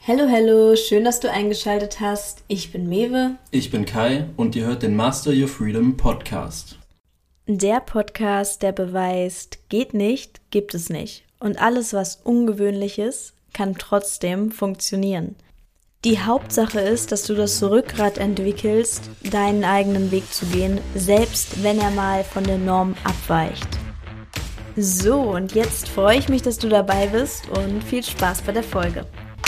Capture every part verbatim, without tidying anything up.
Hallo, hallo, schön, dass du eingeschaltet hast. Ich bin Mewe. Ich bin Kai und ihr hört den Master Your Freedom Podcast. Der Podcast, der beweist, geht nicht, gibt es nicht. Und alles, was ungewöhnlich ist, kann trotzdem funktionieren. Die Hauptsache ist, dass du das Rückgrat entwickelst, deinen eigenen Weg zu gehen, selbst wenn er mal von der Norm abweicht. So, und jetzt freue ich mich, dass du dabei bist und viel Spaß bei der Folge.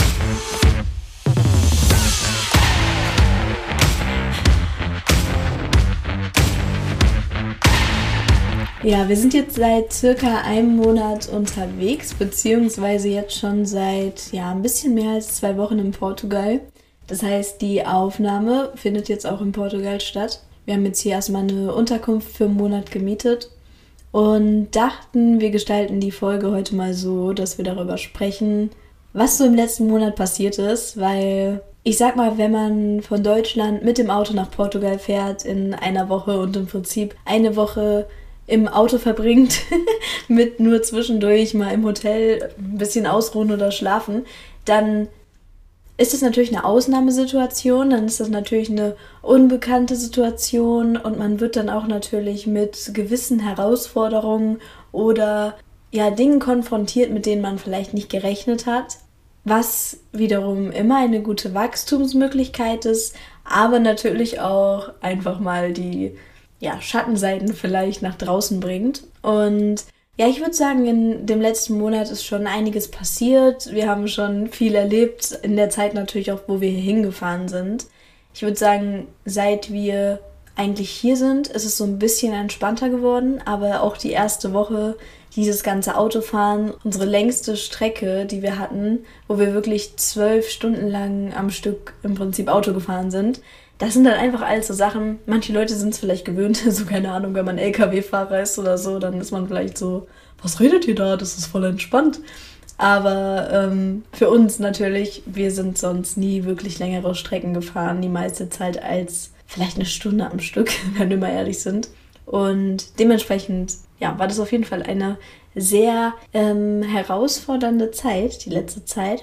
Ja, wir sind jetzt seit circa einem Monat unterwegs, beziehungsweise jetzt schon seit ja ein bisschen mehr als zwei Wochen in Portugal. Das heißt, die Aufnahme findet jetzt auch in Portugal statt. Wir haben jetzt hier erstmal eine Unterkunft für einen Monat gemietet und dachten, wir gestalten die Folge heute mal so, dass wir darüber sprechen, was so im letzten Monat passiert ist, weil ich sag mal, wenn man von Deutschland mit dem Auto nach Portugal fährt in einer Woche und im Prinzip eine Woche im Auto verbringt, mit nur zwischendurch mal im Hotel ein bisschen ausruhen oder schlafen, dann ist das natürlich eine Ausnahmesituation, dann ist das natürlich eine unbekannte Situation und man wird dann auch natürlich mit gewissen Herausforderungen oder ja, Dingen konfrontiert, mit denen man vielleicht nicht gerechnet hat, was wiederum immer eine gute Wachstumsmöglichkeit ist, aber natürlich auch einfach mal die ja, Schattenseiten vielleicht nach draußen bringt. Und ja, ich würde sagen, in dem letzten Monat ist schon einiges passiert. Wir haben schon viel erlebt, in der Zeit natürlich auch, wo wir hier hingefahren sind. Ich würde sagen, seit wir eigentlich hier sind, ist es so ein bisschen entspannter geworden, aber auch die erste Woche, dieses ganze Autofahren, unsere längste Strecke, die wir hatten, wo wir wirklich zwölf Stunden lang am Stück im Prinzip Auto gefahren sind, das sind dann einfach alles so Sachen, manche Leute sind es vielleicht gewöhnt, so keine Ahnung, wenn man L K W-Fahrer ist oder so, dann ist man vielleicht so, was redet ihr da, das ist voll entspannt. Aber ähm, für uns natürlich, wir sind sonst nie wirklich längere Strecken gefahren, die meiste Zeit als vielleicht eine Stunde am Stück, wenn wir mal ehrlich sind. Und dementsprechend, ja, war das auf jeden Fall eine sehr ähm, herausfordernde Zeit, die letzte Zeit.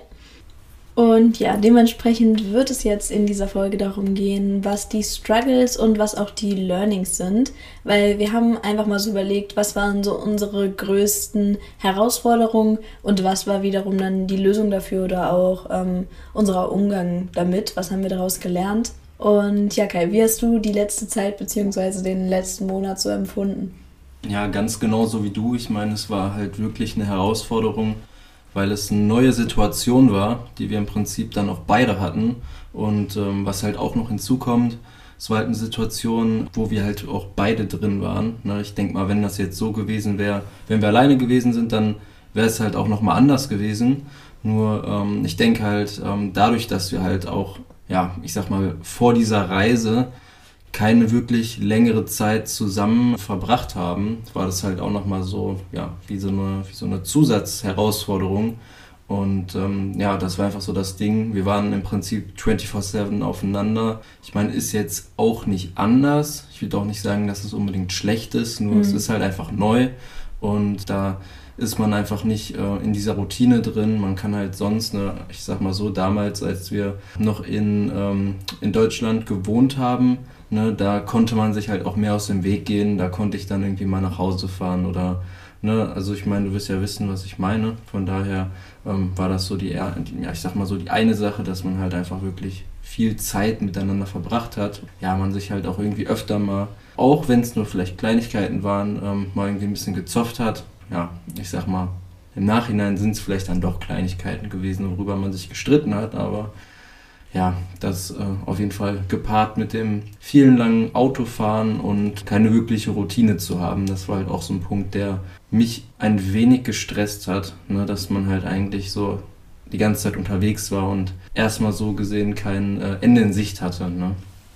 Und ja, dementsprechend wird es jetzt in dieser Folge darum gehen, was die Struggles und was auch die Learnings sind, weil wir haben einfach mal so überlegt, was waren so unsere größten Herausforderungen und was war wiederum dann die Lösung dafür oder auch ähm, unser Umgang damit, was haben wir daraus gelernt. Und ja, Kai, wie hast du die letzte Zeit bzw. den letzten Monat so empfunden? Ja, ganz genauso wie du. Ich meine, es war halt wirklich eine Herausforderung, weil es eine neue Situation war, die wir im Prinzip dann auch beide hatten. Und ähm, was halt auch noch hinzukommt, es war halt eine Situation, wo wir halt auch beide drin waren. Ne? Ich denke mal, wenn das jetzt so gewesen wäre, wenn wir alleine gewesen sind, dann wäre es halt auch nochmal anders gewesen. Nur ähm, ich denke halt, ähm, dadurch, dass wir halt auch, ja, ich sag mal, vor dieser Reise keine wirklich längere Zeit zusammen verbracht haben, war das halt auch nochmal so, ja, wie so eine, wie so eine Zusatzherausforderung. Und ähm, ja, das war einfach so das Ding. Wir waren im Prinzip vierundzwanzig sieben aufeinander. Ich meine, ist jetzt auch nicht anders. Ich würde auch nicht sagen, dass es unbedingt schlecht ist, nur mhm. es ist halt einfach neu. Und da ist man einfach nicht äh, in dieser Routine drin. Man kann halt sonst, ne, ich sag mal so, damals, als wir noch in, ähm, in Deutschland gewohnt haben, ne, da konnte man sich halt auch mehr aus dem Weg gehen. Da konnte ich dann irgendwie mal nach Hause fahren oder, ne, also ich meine, du wirst ja wissen, was ich meine. Von daher ähm, war das so die, ja, ich sag mal so die eine Sache, dass man halt einfach wirklich viel Zeit miteinander verbracht hat. Ja, man sich halt auch irgendwie öfter mal, auch wenn es nur vielleicht Kleinigkeiten waren, ähm, mal irgendwie ein bisschen gezofft hat. Ja, ich sag mal, im Nachhinein sind es vielleicht dann doch Kleinigkeiten gewesen, worüber man sich gestritten hat, aber ja, das äh, auf jeden Fall gepaart mit dem vielen langen Autofahren und keine wirkliche Routine zu haben, das war halt auch so ein Punkt, der mich ein wenig gestresst hat, ne, dass man halt eigentlich so die ganze Zeit unterwegs war und erstmal so gesehen kein äh, Ende in Sicht hatte, ne?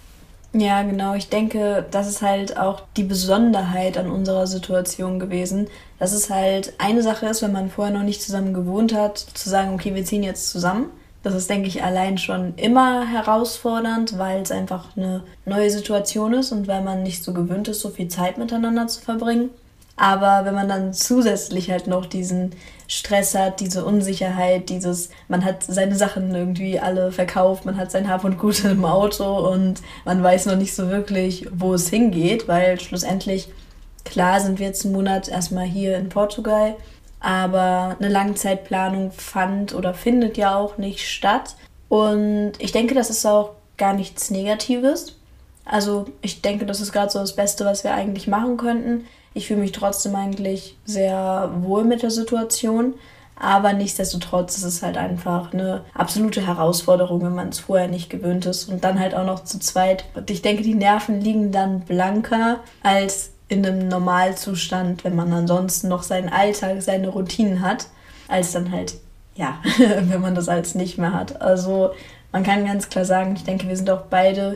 Ja, genau. Ich denke, das ist halt auch die Besonderheit an unserer Situation gewesen, dass es halt eine Sache ist, wenn man vorher noch nicht zusammen gewohnt hat, zu sagen, okay, wir ziehen jetzt zusammen. Das ist, denke ich, allein schon immer herausfordernd, weil es einfach eine neue Situation ist und weil man nicht so gewöhnt ist, so viel Zeit miteinander zu verbringen. Aber wenn man dann zusätzlich halt noch diesen Stress hat, diese Unsicherheit, dieses, man hat seine Sachen irgendwie alle verkauft, man hat sein Hab und Gut im Auto und man weiß noch nicht so wirklich, wo es hingeht, weil schlussendlich, klar sind wir jetzt einen Monat erstmal hier in Portugal, aber eine Langzeitplanung fand oder findet ja auch nicht statt. Und ich denke, das ist auch gar nichts Negatives. Also ich denke, das ist gerade so das Beste, was wir eigentlich machen könnten. Ich fühle mich trotzdem eigentlich sehr wohl mit der Situation, aber nichtsdestotrotz ist es halt einfach eine absolute Herausforderung, wenn man es vorher nicht gewöhnt ist und dann halt auch noch zu zweit. Und ich denke, die Nerven liegen dann blanker als in einem Normalzustand, wenn man ansonsten noch seinen Alltag, seine Routinen hat, als dann halt, ja, wenn man das alles nicht mehr hat. Also man kann ganz klar sagen, ich denke, wir sind auch beide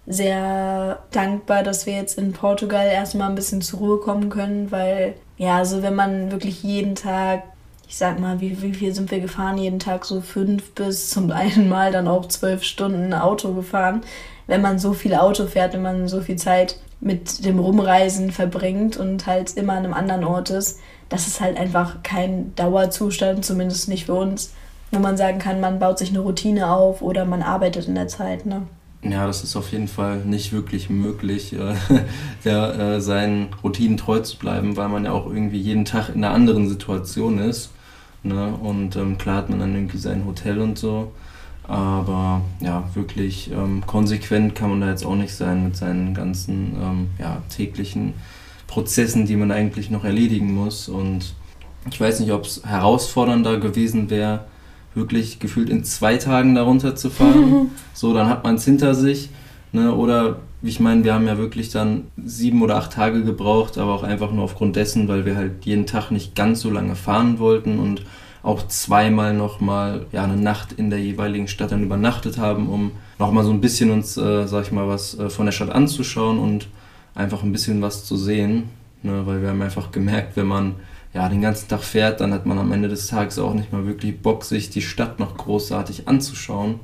sehr dankbar, dass wir jetzt in Portugal erstmal ein bisschen zur Ruhe kommen können, weil, ja, also wenn man wirklich jeden Tag, ich sag mal, wie, wie viel sind wir gefahren? Jeden Tag so fünf bis zum einen Mal dann auch zwölf Stunden Auto gefahren. Wenn man so viel Auto fährt, wenn man so viel Zeit mit dem Rumreisen verbringt und halt immer an einem anderen Ort ist, das ist halt einfach kein Dauerzustand, zumindest nicht für uns, wo man sagen kann, man baut sich eine Routine auf oder man arbeitet in der Zeit, ne? Ja, das ist auf jeden Fall nicht wirklich möglich, äh, der, äh, seinen Routinen treu zu bleiben, weil man ja auch irgendwie jeden Tag in einer anderen Situation ist. Ne? Und ähm, klar hat man dann irgendwie sein Hotel und so, aber ja, wirklich ähm, konsequent kann man da jetzt auch nicht sein mit seinen ganzen ähm, ja, täglichen Prozessen, die man eigentlich noch erledigen muss. Und ich weiß nicht, ob es herausfordernder gewesen wäre, wirklich gefühlt in zwei Tagen da runterzufahren. So, dann hat man es hinter sich. Ne? Oder, ich meine, wir haben ja wirklich dann sieben oder acht Tage gebraucht, aber auch einfach nur aufgrund dessen, weil wir halt jeden Tag nicht ganz so lange fahren wollten und auch zweimal nochmal ja, eine Nacht in der jeweiligen Stadt dann übernachtet haben, um nochmal so ein bisschen uns, äh, sag ich mal, was äh, von der Stadt anzuschauen und einfach ein bisschen was zu sehen. Ne? Weil wir haben einfach gemerkt, wenn man ja, den ganzen Tag fährt, dann hat man am Ende des Tages auch nicht mal wirklich Bock, sich die Stadt noch großartig anzuschauen.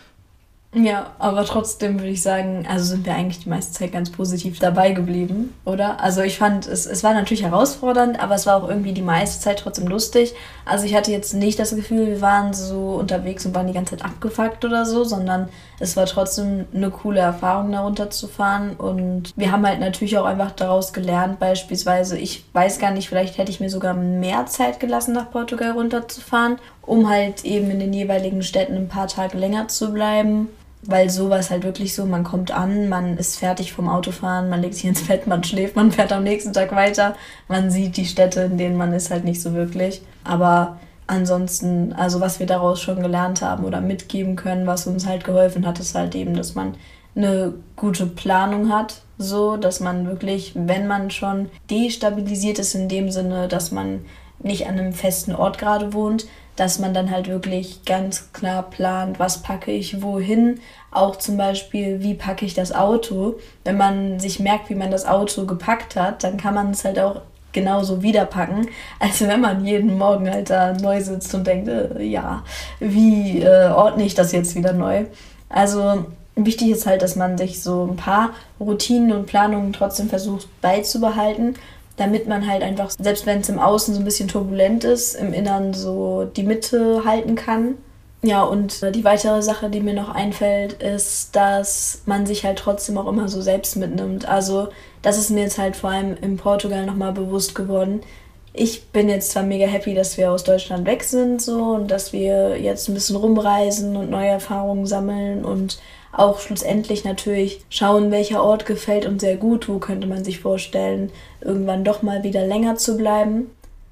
Ja, aber trotzdem würde ich sagen, also sind wir eigentlich die meiste Zeit ganz positiv dabei geblieben, oder? Also ich fand, es, es war natürlich herausfordernd, aber es war auch irgendwie die meiste Zeit trotzdem lustig. Also ich hatte jetzt nicht das Gefühl, wir waren so unterwegs und waren die ganze Zeit abgefuckt oder so, sondern es war trotzdem eine coole Erfahrung, da runterzufahren. Und wir haben halt natürlich auch einfach daraus gelernt, beispielsweise, ich weiß gar nicht, vielleicht hätte ich mir sogar mehr Zeit gelassen, nach Portugal runterzufahren, um halt eben in den jeweiligen Städten ein paar Tage länger zu bleiben. Weil so war es halt wirklich so, man kommt an, man ist fertig vom Autofahren, man legt sich ins Bett, man schläft, man fährt am nächsten Tag weiter. Man sieht die Städte, in denen man ist, halt nicht so wirklich. Aber ansonsten, also was wir daraus schon gelernt haben oder mitgeben können, was uns halt geholfen hat, ist halt eben, dass man eine gute Planung hat. So, dass man wirklich, wenn man schon destabilisiert ist in dem Sinne, dass man nicht an einem festen Ort gerade wohnt, dass man dann halt wirklich ganz klar plant, was packe ich wohin. Auch zum Beispiel, wie packe ich das Auto. Wenn man sich merkt, wie man das Auto gepackt hat, dann kann man es halt auch genauso wieder packen, als wenn man jeden Morgen halt da neu sitzt und denkt, äh, ja, wie äh, ordne ich das jetzt wieder neu? Also wichtig ist halt, dass man sich so ein paar Routinen und Planungen trotzdem versucht beizubehalten, damit man halt einfach, selbst wenn es im Außen so ein bisschen turbulent ist, im Innern so die Mitte halten kann. Ja, und die weitere Sache, die mir noch einfällt, ist, dass man sich halt trotzdem auch immer so selbst mitnimmt. Also das ist mir jetzt halt vor allem in Portugal nochmal bewusst geworden. Ich bin jetzt zwar mega happy, dass wir aus Deutschland weg sind so und dass wir jetzt ein bisschen rumreisen und neue Erfahrungen sammeln und auch schlussendlich natürlich schauen, welcher Ort gefällt uns sehr gut, wo könnte man sich vorstellen, irgendwann doch mal wieder länger zu bleiben.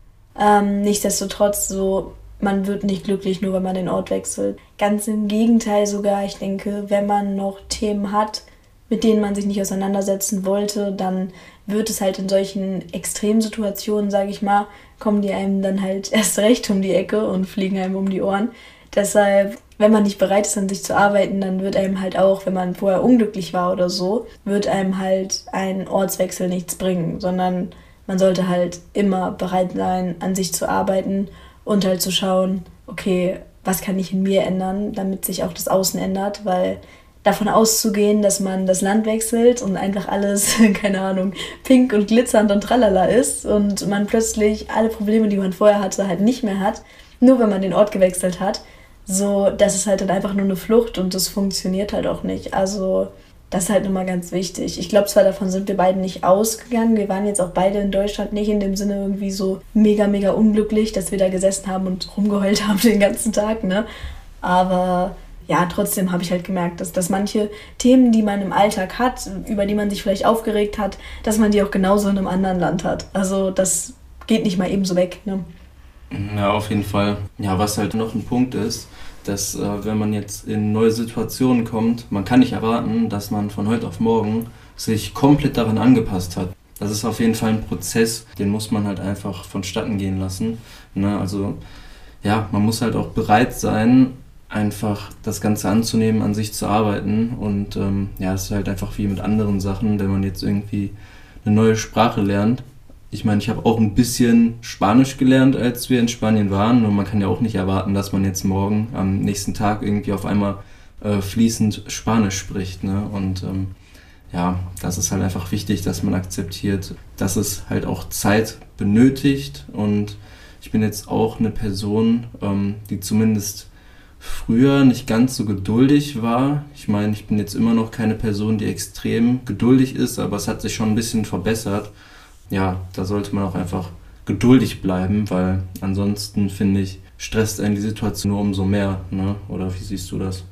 Ähm, nichtsdestotrotz, so, man wird nicht glücklich, nur wenn man den Ort wechselt. Ganz im Gegenteil sogar, ich denke, wenn man noch Themen hat, mit denen man sich nicht auseinandersetzen wollte, dann wird es halt in solchen Extremsituationen, sage ich mal, kommen die einem dann halt erst recht um die Ecke und fliegen einem um die Ohren. Deshalb, wenn man nicht bereit ist, an sich zu arbeiten, dann wird einem halt auch, wenn man vorher unglücklich war oder so, wird einem halt ein Ortswechsel nichts bringen, sondern man sollte halt immer bereit sein, an sich zu arbeiten und halt zu schauen, okay, was kann ich in mir ändern, damit sich auch das Außen ändert, weil davon auszugehen, dass man das Land wechselt und einfach alles, keine Ahnung, pink und glitzernd und tralala ist und man plötzlich alle Probleme, die man vorher hatte, halt nicht mehr hat, nur wenn man den Ort gewechselt hat. So, das ist halt dann einfach nur eine Flucht und das funktioniert halt auch nicht. Also das ist halt nochmal ganz wichtig. Ich glaube zwar, davon sind wir beide nicht ausgegangen. Wir waren jetzt auch beide in Deutschland nicht in dem Sinne irgendwie so mega, mega unglücklich, dass wir da gesessen haben und rumgeheult haben den ganzen Tag, ne? Aber ja, trotzdem habe ich halt gemerkt, dass, dass manche Themen, die man im Alltag hat, über die man sich vielleicht aufgeregt hat, dass man die auch genauso in einem anderen Land hat. Also das geht nicht mal eben so weg, ne? Ja, auf jeden Fall. Ja, was halt noch ein Punkt ist, dass äh, wenn man jetzt in neue Situationen kommt, man kann nicht erwarten, dass man von heute auf morgen sich komplett daran angepasst hat. Das ist auf jeden Fall ein Prozess, den muss man halt einfach vonstatten gehen lassen. Ne? Also ja, man muss halt auch bereit sein, einfach das Ganze anzunehmen, an sich zu arbeiten. Und ähm, ja, es ist halt einfach wie mit anderen Sachen, wenn man jetzt irgendwie eine neue Sprache lernt. Ich meine, ich habe auch ein bisschen Spanisch gelernt, als wir in Spanien waren. Und man kann ja auch nicht erwarten, dass man jetzt morgen am nächsten Tag irgendwie auf einmal äh, fließend Spanisch spricht. Ne? Und ähm, ja, das ist halt einfach wichtig, dass man akzeptiert, dass es halt auch Zeit benötigt. Und ich bin jetzt auch eine Person, ähm, die zumindest früher nicht ganz so geduldig war. Ich meine, ich bin jetzt immer noch keine Person, die extrem geduldig ist, aber es hat sich schon ein bisschen verbessert. Ja, da sollte man auch einfach geduldig bleiben, weil ansonsten, finde ich, stresst einen die Situation nur umso mehr, ne? Oder wie siehst du das?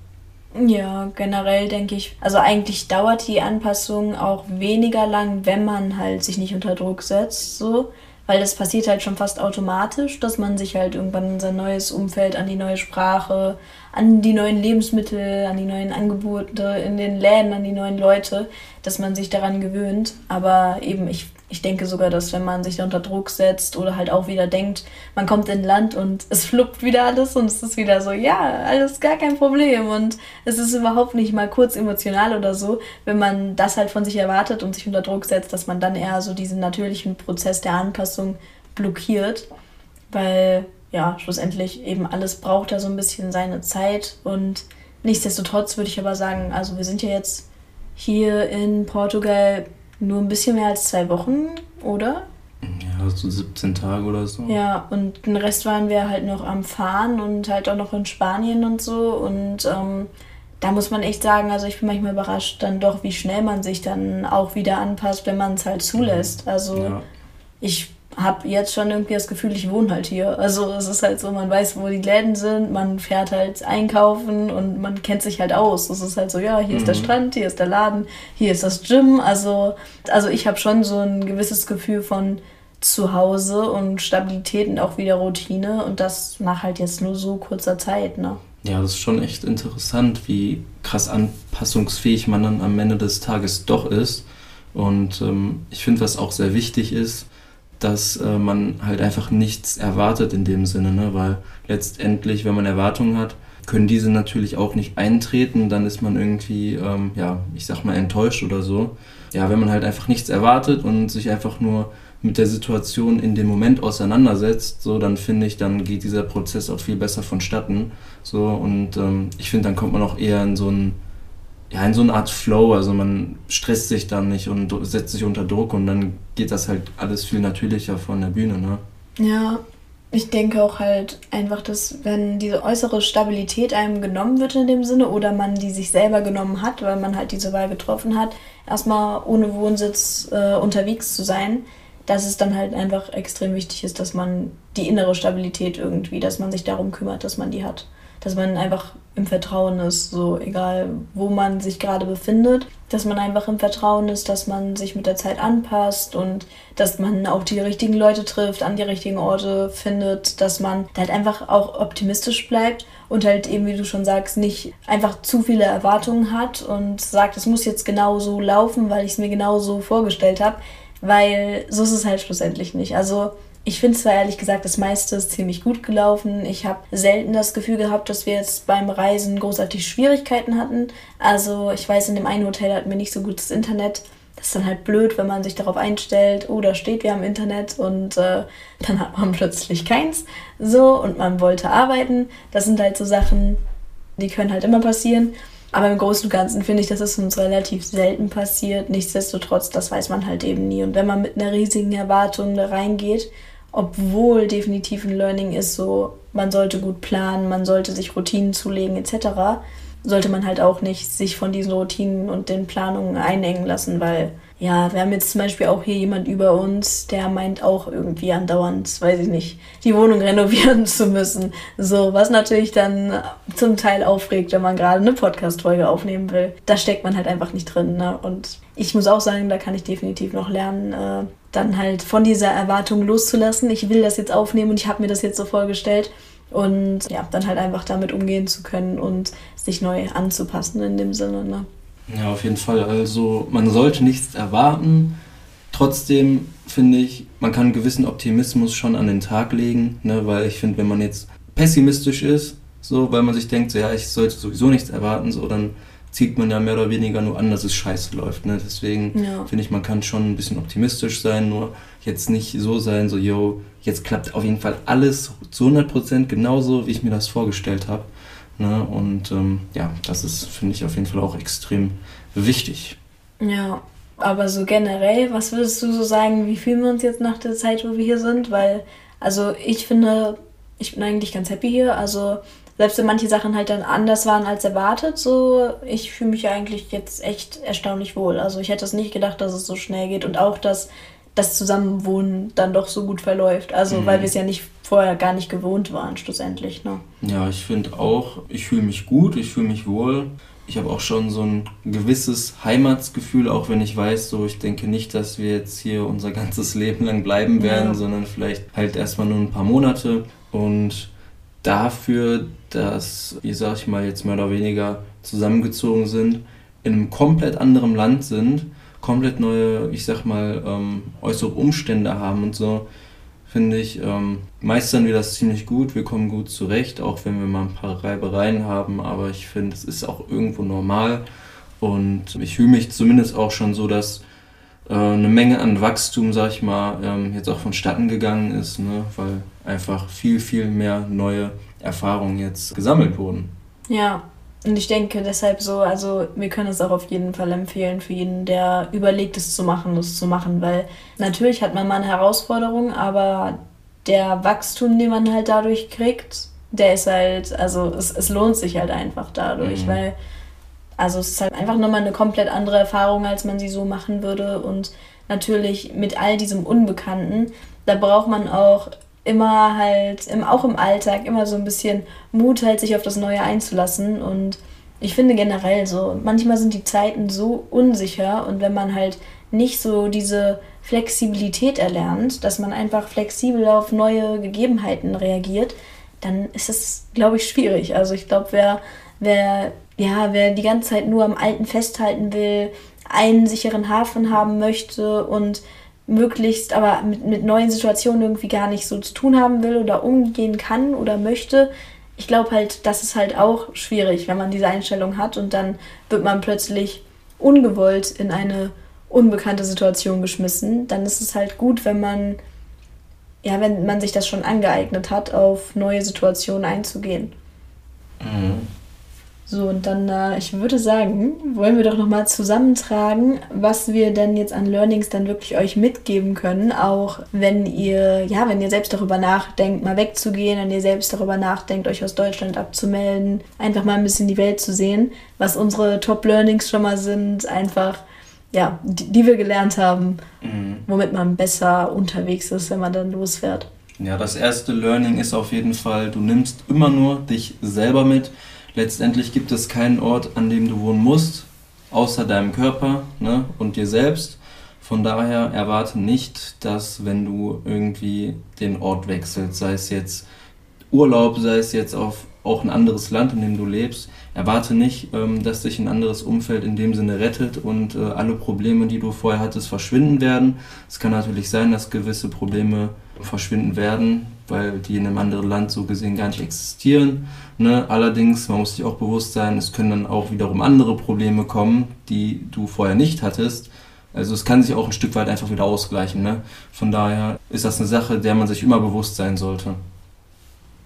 Ja, generell denke ich, also eigentlich dauert die Anpassung auch weniger lang, wenn man halt sich nicht unter Druck setzt, so. Weil das passiert halt schon fast automatisch, dass man sich halt irgendwann in sein neues Umfeld, an die neue Sprache, an die neuen Lebensmittel, an die neuen Angebote in den Läden, an die neuen Leute, dass man sich daran gewöhnt. Aber eben, ich, ich denke sogar, dass wenn man sich da unter Druck setzt oder halt auch wieder denkt, man kommt in Land und es fluppt wieder alles und es ist wieder so, ja, alles gar kein Problem und es ist überhaupt nicht mal kurz emotional oder so, wenn man das halt von sich erwartet und sich unter Druck setzt, dass man dann eher so diesen natürlichen Prozess der Anpassung blockiert, weil ja, schlussendlich eben alles braucht da so ein bisschen seine Zeit und nichtsdestotrotz würde ich aber sagen, also wir sind ja jetzt hier in Portugal nur ein bisschen mehr als zwei Wochen, oder? Ja, so siebzehn Tage oder so. Ja, und den Rest waren wir halt noch am Fahren und halt auch noch in Spanien und so und ähm, da muss man echt sagen, also ich bin manchmal überrascht dann doch, wie schnell man sich dann auch wieder anpasst, wenn man es halt zulässt. Also ja. Ich habe jetzt schon irgendwie das Gefühl, ich wohne halt hier. Also es ist halt so, man weiß, wo die Läden sind, man fährt halt einkaufen und man kennt sich halt aus. Es ist halt so, ja, hier mhm. ist der Strand, hier ist der Laden, hier ist das Gym. Also, also ich habe schon so ein gewisses Gefühl von Zuhause und Stabilität und auch wieder Routine und das nach halt jetzt nur so kurzer Zeit, ne? Ja, das ist schon echt interessant, wie krass anpassungsfähig man dann am Ende des Tages doch ist. Und ähm, ich finde, was auch sehr wichtig ist, dass äh, man halt einfach nichts erwartet in dem Sinne, ne? Weil letztendlich, wenn man Erwartungen hat, können diese natürlich auch nicht eintreten, dann ist man irgendwie, ähm, ja, ich sag mal enttäuscht oder so. Ja, wenn man halt einfach nichts erwartet und sich einfach nur mit der Situation in dem Moment auseinandersetzt, so, dann finde ich, dann geht dieser Prozess auch viel besser vonstatten, so, und ähm, ich finde, dann kommt man auch eher in so ein ja, in so eine Art Flow, also man stresst sich dann nicht und setzt sich unter Druck und dann geht das halt alles viel natürlicher von der Bühne, ne? Ja, ich denke auch halt einfach, dass wenn diese äußere Stabilität einem genommen wird in dem Sinne oder man die sich selber genommen hat, weil man halt diese Wahl getroffen hat, erstmal ohne Wohnsitz äh, unterwegs zu sein, dass es dann halt einfach extrem wichtig ist, dass man die innere Stabilität irgendwie, dass man sich darum kümmert, dass man die hat. Dass man einfach im Vertrauen ist, so egal wo man sich gerade befindet, dass man einfach im Vertrauen ist, dass man sich mit der Zeit anpasst und dass man auch die richtigen Leute trifft, an die richtigen Orte findet, dass man halt einfach auch optimistisch bleibt und halt eben, wie du schon sagst, nicht einfach zu viele Erwartungen hat und sagt, es muss jetzt genau so laufen, weil ich es mir genau so vorgestellt habe, weil so ist es halt schlussendlich nicht. Also ich finde zwar ehrlich gesagt, das meiste ist ziemlich gut gelaufen. Ich habe selten das Gefühl gehabt, dass wir jetzt beim Reisen großartig Schwierigkeiten hatten. Also ich weiß, in dem einen Hotel hatten wir nicht so gutes Internet. Das ist dann halt blöd, wenn man sich darauf einstellt, oh, da steht, wir haben Internet und äh, dann hat man plötzlich keins. So, und man wollte arbeiten. Das sind halt so Sachen, die können halt immer passieren. Aber im Großen und Ganzen finde ich, dass es uns relativ selten passiert. Nichtsdestotrotz, das weiß man halt eben nie. Und wenn man mit einer riesigen Erwartung da reingeht, obwohl definitiv ein Learning ist, so man sollte gut planen, man sollte sich Routinen zulegen et cetera, sollte man halt auch nicht sich von diesen Routinen und den Planungen einengen lassen, weil ja, wir haben jetzt zum Beispiel auch hier jemand über uns, der meint auch irgendwie andauernd, weiß ich nicht, die Wohnung renovieren zu müssen. So, was natürlich dann zum Teil aufregt, wenn man gerade eine Podcast-Folge aufnehmen will. Da steckt man halt einfach nicht drin, ne? Und ich muss auch sagen, da kann ich definitiv noch lernen, äh, dann halt von dieser Erwartung loszulassen. Ich will das jetzt aufnehmen und ich habe mir das jetzt so vorgestellt. Und ja, dann halt einfach damit umgehen zu können und sich neu anzupassen in dem Sinne, ne? Ja, auf jeden Fall. Also man sollte nichts erwarten. Trotzdem finde ich, man kann einen gewissen Optimismus schon an den Tag legen, ne? Weil ich finde, wenn man jetzt pessimistisch ist, so, weil man sich denkt, so, ja, ich sollte sowieso nichts erwarten, so, dann zieht man ja mehr oder weniger nur an, dass es scheiße läuft, ne? Deswegen ja. finde ich, man kann schon ein bisschen optimistisch sein, nur jetzt nicht so sein, so, yo, jetzt klappt auf jeden Fall alles zu hundert Prozent genauso, wie ich mir das vorgestellt habe. Ne? Und ähm, ja, das ist, finde ich, auf jeden Fall auch extrem wichtig. Ja, aber so generell, was würdest du so sagen, wie fühlen wir uns jetzt nach der Zeit, wo wir hier sind? Weil, also ich finde, ich bin eigentlich ganz happy hier. Also selbst wenn manche Sachen halt dann anders waren als erwartet, so, ich fühle mich eigentlich jetzt echt erstaunlich wohl. Also ich hätte es nicht gedacht, dass es so schnell geht und auch, dass das Zusammenwohnen dann doch so gut verläuft. Also mhm. weil wir es ja nicht vorher gar nicht gewohnt waren, schlussendlich. Ne? Ja, ich finde auch, ich fühle mich gut, ich fühle mich wohl. Ich habe auch schon so ein gewisses Heimatsgefühl, auch wenn ich weiß, so ich denke nicht, dass wir jetzt hier unser ganzes Leben lang bleiben werden, ja. sondern vielleicht halt erstmal nur ein paar Monate. Und dafür, dass wir, sag ich mal, jetzt mehr oder weniger zusammengezogen sind, in einem komplett anderen Land sind, komplett neue, ich sag mal, ähm, äußere Umstände haben und so, finde ich, ähm, meistern wir das ziemlich gut. Wir kommen gut zurecht, auch wenn wir mal ein paar Reibereien haben, aber ich finde, es ist auch irgendwo normal und ich fühle mich zumindest auch schon so, dass äh, eine Menge an Wachstum, sag ich mal, ähm, jetzt auch vonstatten gegangen ist, ne? Weil einfach viel, viel mehr neue Erfahrungen jetzt gesammelt wurden. Ja. Und ich denke deshalb so, also wir können es auch auf jeden Fall empfehlen für jeden, der überlegt, es zu machen, es zu machen, weil natürlich hat man mal eine Herausforderung, aber der Wachstum, den man halt dadurch kriegt, der ist halt, also es, es lohnt sich halt einfach dadurch, mhm. weil, also es ist halt einfach nochmal eine komplett andere Erfahrung, als man sie so machen würde und natürlich mit all diesem Unbekannten, da braucht man auch immer halt, im, auch im Alltag, immer so ein bisschen Mut halt, sich auf das Neue einzulassen. Und ich finde generell so, manchmal sind die Zeiten so unsicher und wenn man halt nicht so diese Flexibilität erlernt, dass man einfach flexibel auf neue Gegebenheiten reagiert, dann ist es, glaube ich, schwierig. Also ich glaube, wer, wer, ja, wer die ganze Zeit nur am Alten festhalten will, einen sicheren Hafen haben möchte und möglichst aber mit, mit neuen Situationen irgendwie gar nicht so zu tun haben will oder umgehen kann oder möchte. Ich glaube halt, das ist halt auch schwierig, wenn man diese Einstellung hat und dann wird man plötzlich ungewollt in eine unbekannte Situation geschmissen. Dann ist es halt gut, wenn man, ja, wenn man sich das schon angeeignet hat, auf neue Situationen einzugehen. Mhm. So, und dann, äh, ich würde sagen, wollen wir doch nochmal zusammentragen, was wir denn jetzt an Learnings dann wirklich euch mitgeben können, auch wenn ihr, ja, wenn ihr selbst darüber nachdenkt, mal wegzugehen, wenn ihr selbst darüber nachdenkt, euch aus Deutschland abzumelden, einfach mal ein bisschen die Welt zu sehen, was unsere Top-Learnings schon mal sind, einfach, ja, die, die wir gelernt haben, mhm. womit man besser unterwegs ist, wenn man dann losfährt. Ja, das erste Learning ist auf jeden Fall, du nimmst immer nur dich selber mit. Letztendlich gibt es keinen Ort, an dem du wohnen musst, außer deinem Körper, ne, und dir selbst. Von daher erwarte nicht, dass wenn du irgendwie den Ort wechselst, sei es jetzt Urlaub, sei es jetzt auf auch ein anderes Land, in dem du lebst, erwarte nicht, ähm, dass dich ein anderes Umfeld in dem Sinne rettet und äh, alle Probleme, die du vorher hattest, verschwinden werden. Es kann natürlich sein, dass gewisse Probleme verschwinden werden, weil die in einem anderen Land so gesehen gar nicht existieren. Ne? Allerdings, man muss sich auch bewusst sein, es können dann auch wiederum andere Probleme kommen, die du vorher nicht hattest. Also es kann sich auch ein Stück weit einfach wieder ausgleichen. Ne? Von daher ist das eine Sache, der man sich immer bewusst sein sollte.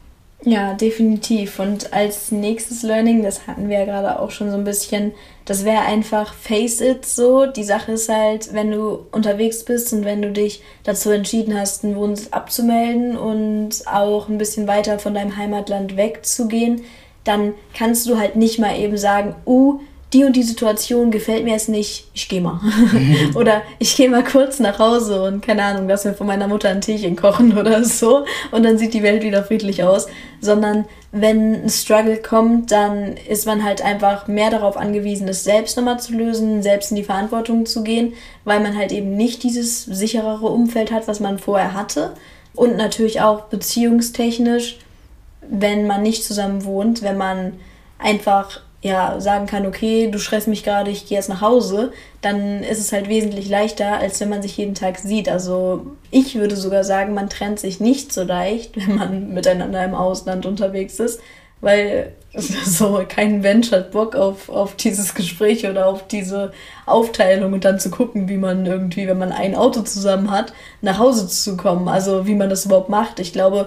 Ja, definitiv. Und als nächstes Learning, das hatten wir ja gerade auch schon so ein bisschen, das wäre einfach face it so. Die Sache ist halt, wenn du unterwegs bist und wenn du dich dazu entschieden hast, einen Wohnsitz abzumelden und auch ein bisschen weiter von deinem Heimatland wegzugehen, dann kannst du halt nicht mal eben sagen, uh, die und die Situation gefällt mir jetzt nicht, ich gehe mal. Oder ich gehe mal kurz nach Hause und keine Ahnung, lass mir von meiner Mutter ein Teechen kochen oder so und dann sieht die Welt wieder friedlich aus. Sondern wenn ein Struggle kommt, dann ist man halt einfach mehr darauf angewiesen, das selbst nochmal zu lösen, selbst in die Verantwortung zu gehen, weil man halt eben nicht dieses sicherere Umfeld hat, was man vorher hatte. Und natürlich auch beziehungstechnisch, wenn man nicht zusammen wohnt, wenn man einfach ja, sagen kann, okay, du stresst mich gerade, ich gehe jetzt nach Hause, dann ist es halt wesentlich leichter, als wenn man sich jeden Tag sieht. Also ich würde sogar sagen, man trennt sich nicht so leicht, wenn man miteinander im Ausland unterwegs ist, weil so kein Mensch hat Bock auf, auf dieses Gespräch oder auf diese Aufteilung und dann zu gucken, wie man irgendwie, wenn man ein Auto zusammen hat, nach Hause zu kommen. Also wie man das überhaupt macht. Ich glaube,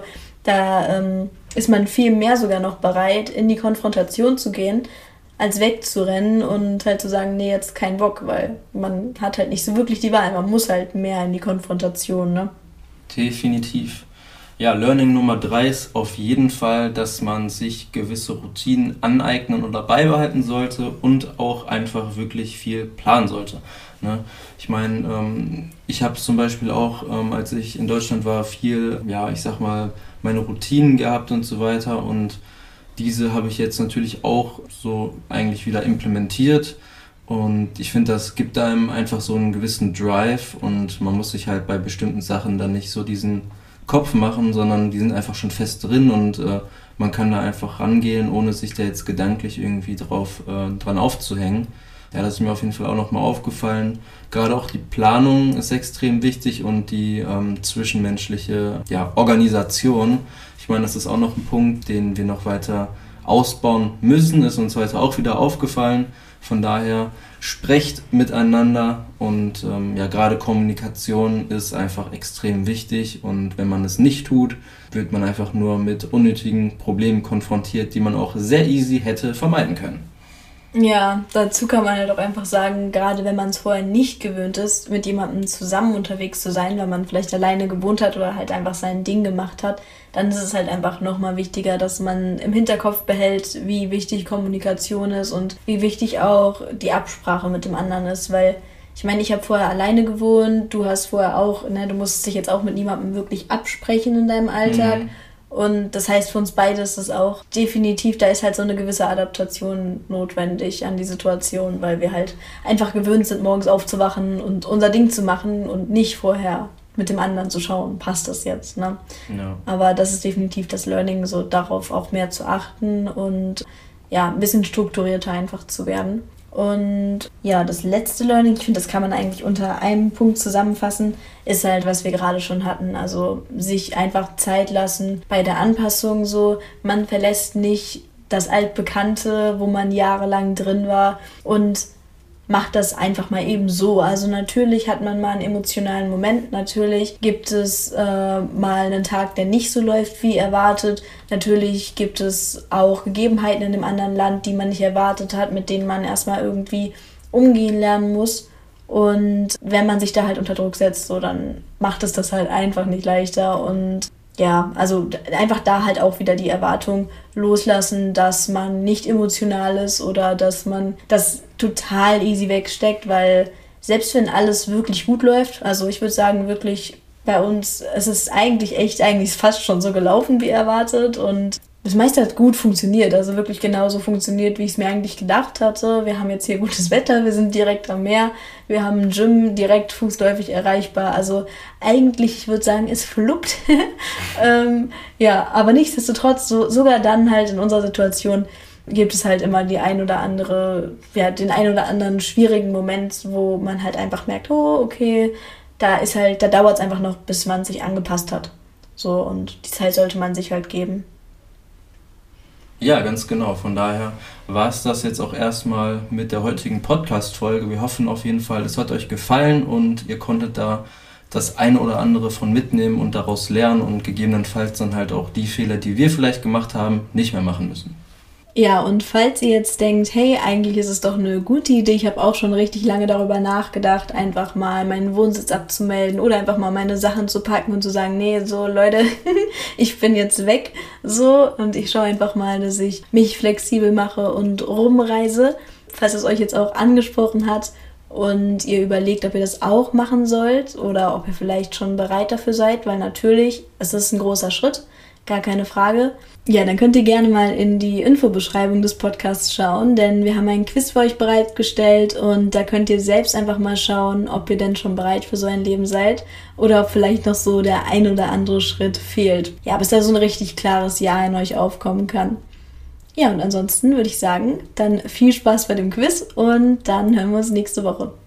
da ähm, ist man viel mehr sogar noch bereit, in die Konfrontation zu gehen, als wegzurennen und halt zu sagen, nee, jetzt kein Bock, weil man hat halt nicht so wirklich die Wahl. Man muss halt mehr in die Konfrontation, ne? Definitiv. Ja, Learning Nummer drei ist auf jeden Fall, dass man sich gewisse Routinen aneignen oder beibehalten sollte und auch einfach wirklich viel planen sollte. Ne? Ich meine, ähm, ich habe zum Beispiel auch, ähm, als ich in Deutschland war, viel, ja, ich sag mal, meine Routinen gehabt und so weiter und diese habe ich jetzt natürlich auch so eigentlich wieder implementiert und ich finde, das gibt einem einfach so einen gewissen Drive und man muss sich halt bei bestimmten Sachen dann nicht so diesen Kopf machen, sondern die sind einfach schon fest drin und äh, man kann da einfach rangehen, ohne sich da jetzt gedanklich irgendwie drauf, äh, dran aufzuhängen. Ja, das ist mir auf jeden Fall auch nochmal aufgefallen. Gerade auch die Planung ist extrem wichtig und die ähm, zwischenmenschliche ja, Organisation. Ich meine, das ist auch noch ein Punkt, den wir noch weiter ausbauen müssen, ist uns heute auch wieder aufgefallen. Von daher sprecht miteinander und ähm, ja, gerade Kommunikation ist einfach extrem wichtig und wenn man es nicht tut, wird man einfach nur mit unnötigen Problemen konfrontiert, die man auch sehr easy hätte vermeiden können. Ja, dazu kann man halt auch einfach sagen, gerade wenn man es vorher nicht gewöhnt ist, mit jemandem zusammen unterwegs zu sein, weil man vielleicht alleine gewohnt hat oder halt einfach sein Ding gemacht hat, dann ist es halt einfach nochmal wichtiger, dass man im Hinterkopf behält, wie wichtig Kommunikation ist und wie wichtig auch die Absprache mit dem anderen ist, weil ich meine, ich habe vorher alleine gewohnt, du hast vorher auch, ne, du musst dich jetzt auch mit niemandem wirklich absprechen in deinem Alltag. Mhm. Und das heißt, für uns beide ist es auch definitiv, da ist halt so eine gewisse Adaptation notwendig an die Situation, weil wir halt einfach gewöhnt sind, morgens aufzuwachen und unser Ding zu machen und nicht vorher mit dem anderen zu schauen, passt das jetzt, ne? Ja. Aber das ist definitiv das Learning, so darauf auch mehr zu achten und ja, ein bisschen strukturierter einfach zu werden. Und ja, das letzte Learning, ich finde, das kann man eigentlich unter einem Punkt zusammenfassen, ist halt, was wir gerade schon hatten. Also sich einfach Zeit lassen bei der Anpassung so. Man verlässt nicht das Altbekannte, wo man jahrelang drin war und macht das einfach mal eben so. Also natürlich hat man mal einen emotionalen Moment, natürlich gibt es äh, mal einen Tag, der nicht so läuft wie erwartet. Natürlich gibt es auch Gegebenheiten in einem anderen Land, die man nicht erwartet hat, mit denen man erstmal irgendwie umgehen lernen muss. Und wenn man sich da halt unter Druck setzt, so, dann macht es das halt einfach nicht leichter. Und ja, also einfach da halt auch wieder die Erwartung loslassen, dass man nicht emotional ist oder dass man das total easy wegsteckt, weil selbst wenn alles wirklich gut läuft, also ich würde sagen wirklich bei uns, es ist eigentlich echt, eigentlich fast schon so gelaufen wie erwartet und das meiste hat gut funktioniert, also wirklich genauso funktioniert, wie ich es mir eigentlich gedacht hatte. Wir haben jetzt hier gutes Wetter, wir sind direkt am Meer, wir haben ein Gym direkt fußläufig erreichbar. Also eigentlich, ich würde sagen, es fluppt. ähm, ja, aber nichtsdestotrotz, so, sogar dann halt in unserer Situation gibt es halt immer die ein oder andere, ja, den ein oder anderen schwierigen Moment, wo man halt einfach merkt, oh, okay, da ist halt, da dauert es einfach noch, bis man sich angepasst hat. So, und die Zeit sollte man sich halt geben. Ja, ganz genau. Von daher war es das jetzt auch erstmal mit der heutigen Podcast-Folge. Wir hoffen auf jeden Fall, es hat euch gefallen und ihr konntet da das eine oder andere von mitnehmen und daraus lernen und gegebenenfalls dann halt auch die Fehler, die wir vielleicht gemacht haben, nicht mehr machen müssen. Ja, und falls ihr jetzt denkt, hey, eigentlich ist es doch eine gute Idee, ich habe auch schon richtig lange darüber nachgedacht, einfach mal meinen Wohnsitz abzumelden oder einfach mal meine Sachen zu packen und zu sagen, nee, so Leute, ich bin jetzt weg, so, und ich schaue einfach mal, dass ich mich flexibel mache und rumreise. Falls es euch jetzt auch angesprochen hat und ihr überlegt, ob ihr das auch machen sollt oder ob ihr vielleicht schon bereit dafür seid, weil natürlich, es ist ein großer Schritt, gar keine Frage. Ja, dann könnt ihr gerne mal in die Infobeschreibung des Podcasts schauen, denn wir haben ein Quiz für euch bereitgestellt und da könnt ihr selbst einfach mal schauen, ob ihr denn schon bereit für so ein Leben seid oder ob vielleicht noch so der ein oder andere Schritt fehlt. Ja, bis da so ein richtig klares Ja in euch aufkommen kann. Ja, und ansonsten würde ich sagen, dann viel Spaß bei dem Quiz und dann hören wir uns nächste Woche.